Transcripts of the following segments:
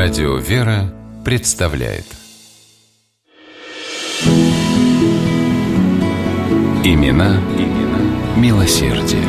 Радио «Вера» представляет Имена милосердия.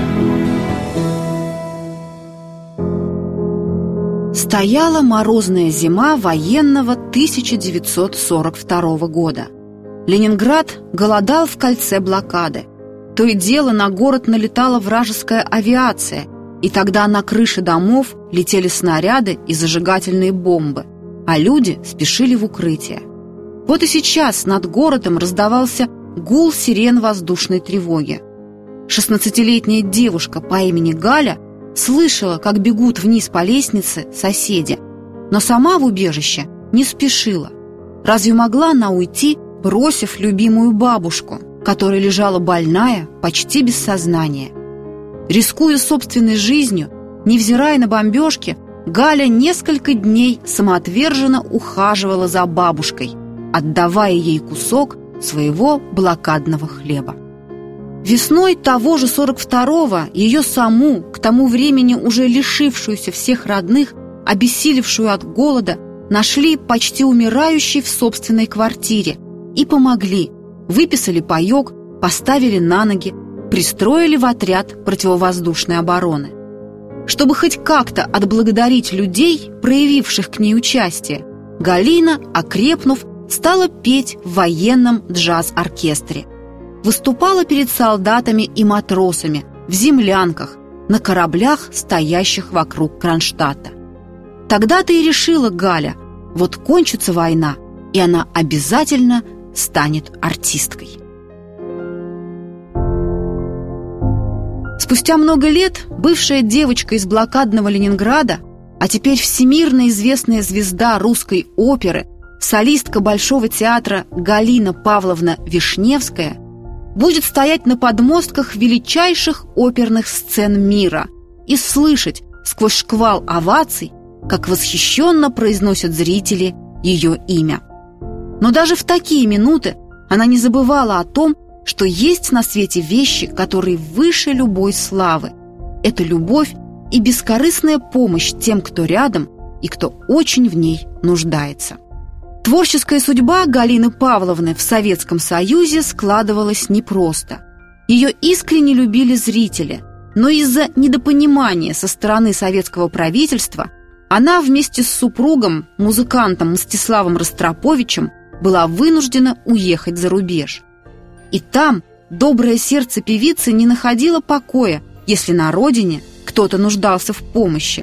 Стояла морозная зима военного 1942 года. Ленинград голодал в кольце блокады. То и дело на город налетала вражеская авиация, и тогда на крыши домов летели снаряды и зажигательные бомбы, а люди спешили в укрытие. Вот и сейчас над городом раздавался гул сирен воздушной тревоги. 16-летняя девушка по имени Галя слышала, как бегут вниз по лестнице соседи, но сама в убежище не спешила. Разве могла она уйти, бросив любимую бабушку, которая лежала больная, почти без сознания? Рискуя собственной жизнью, невзирая на бомбежки, Галя несколько дней самоотверженно ухаживала за бабушкой, отдавая ей кусок своего блокадного хлеба. Весной того же 42-го ее саму, к тому времени уже лишившуюся всех родных, обессилевшую от голода, нашли почти умирающей в собственной квартире и помогли, выписали паёк, поставили на ноги, пристроили в отряд противовоздушной обороны. Чтобы хоть как-то отблагодарить людей, проявивших к ней участие, Галина, окрепнув, стала петь в военном джаз-оркестре. Выступала перед солдатами и матросами, в землянках, на кораблях, стоящих вокруг Кронштадта. Тогда-то и решила Галя, вот кончится война, и она обязательно станет артисткой. Спустя много лет бывшая девочка из блокадного Ленинграда, а теперь всемирно известная звезда русской оперы, солистка Большого театра Галина Павловна Вишневская, будет стоять на подмостках величайших оперных сцен мира и слышать сквозь шквал оваций, как восхищенно произносят зрители ее имя. Но даже в такие минуты она не забывала о том, что есть на свете вещи, которые выше любой славы. Это любовь и бескорыстная помощь тем, кто рядом и кто очень в ней нуждается. Творческая судьба Галины Павловны в Советском Союзе складывалась непросто. Ее искренне любили зрители, но из-за недопонимания со стороны советского правительства она вместе с супругом, музыкантом Мстиславом Ростроповичем, была вынуждена уехать за рубеж. И там доброе сердце певицы не находило покоя, если на родине кто-то нуждался в помощи.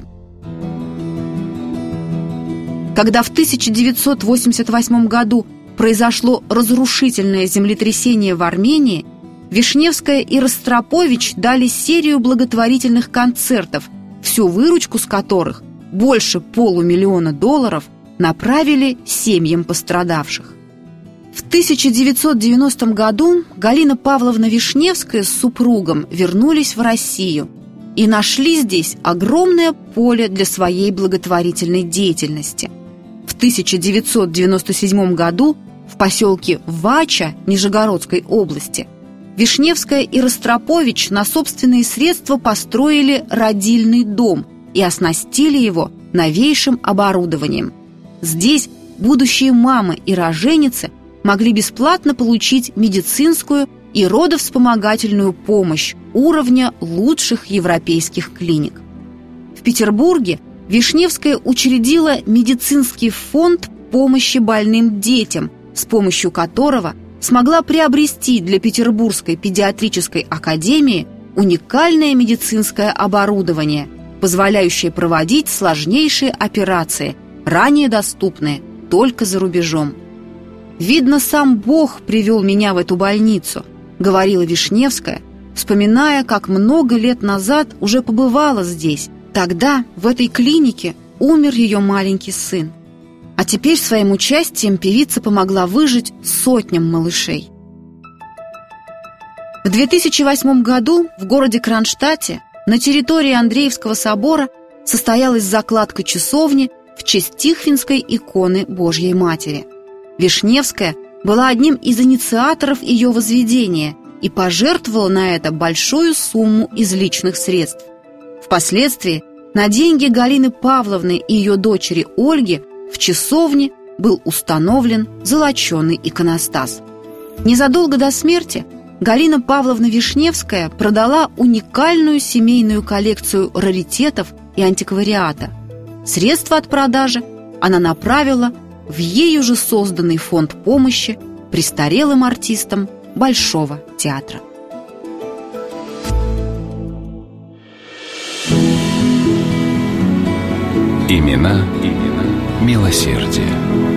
Когда в 1988 году произошло разрушительное землетрясение в Армении, Вишневская и Ростропович дали серию благотворительных концертов, всю выручку с которых, больше $500 000, направили семьям пострадавших. В 1990 году Галина Павловна Вишневская с супругом вернулись в Россию и нашли здесь огромное поле для своей благотворительной деятельности. В 1997 году в поселке Вача Нижегородской области Вишневская и Ростропович на собственные средства построили родильный дом и оснастили его новейшим оборудованием. Здесь будущие мамы и роженицы могли бесплатно получить медицинскую и родовспомогательную помощь уровня лучших европейских клиник. В Петербурге Вишневская учредила медицинский фонд помощи больным детям, с помощью которого смогла приобрести для Петербургской педиатрической академии уникальное медицинское оборудование, позволяющее проводить сложнейшие операции, ранее доступные только за рубежом. «Видно, сам Бог привел меня в эту больницу», — говорила Вишневская, вспоминая, как много лет назад уже побывала здесь. Тогда в этой клинике умер ее маленький сын. А теперь своим участием певица помогла выжить сотням малышей. В 2008 году в городе Кронштадте на территории Андреевского собора состоялась закладка часовни в честь Тихвинской иконы Божьей Матери. Вишневская была одним из инициаторов ее возведения и пожертвовала на это большую сумму из личных средств. Впоследствии на деньги Галины Павловны и ее дочери Ольги в часовне был установлен золоченый иконостас. Незадолго до смерти Галина Павловна Вишневская продала уникальную семейную коллекцию раритетов и антиквариата. Средства от продажи она направила в ею же созданный фонд помощи престарелым артистам Большого театра. Имена милосердия.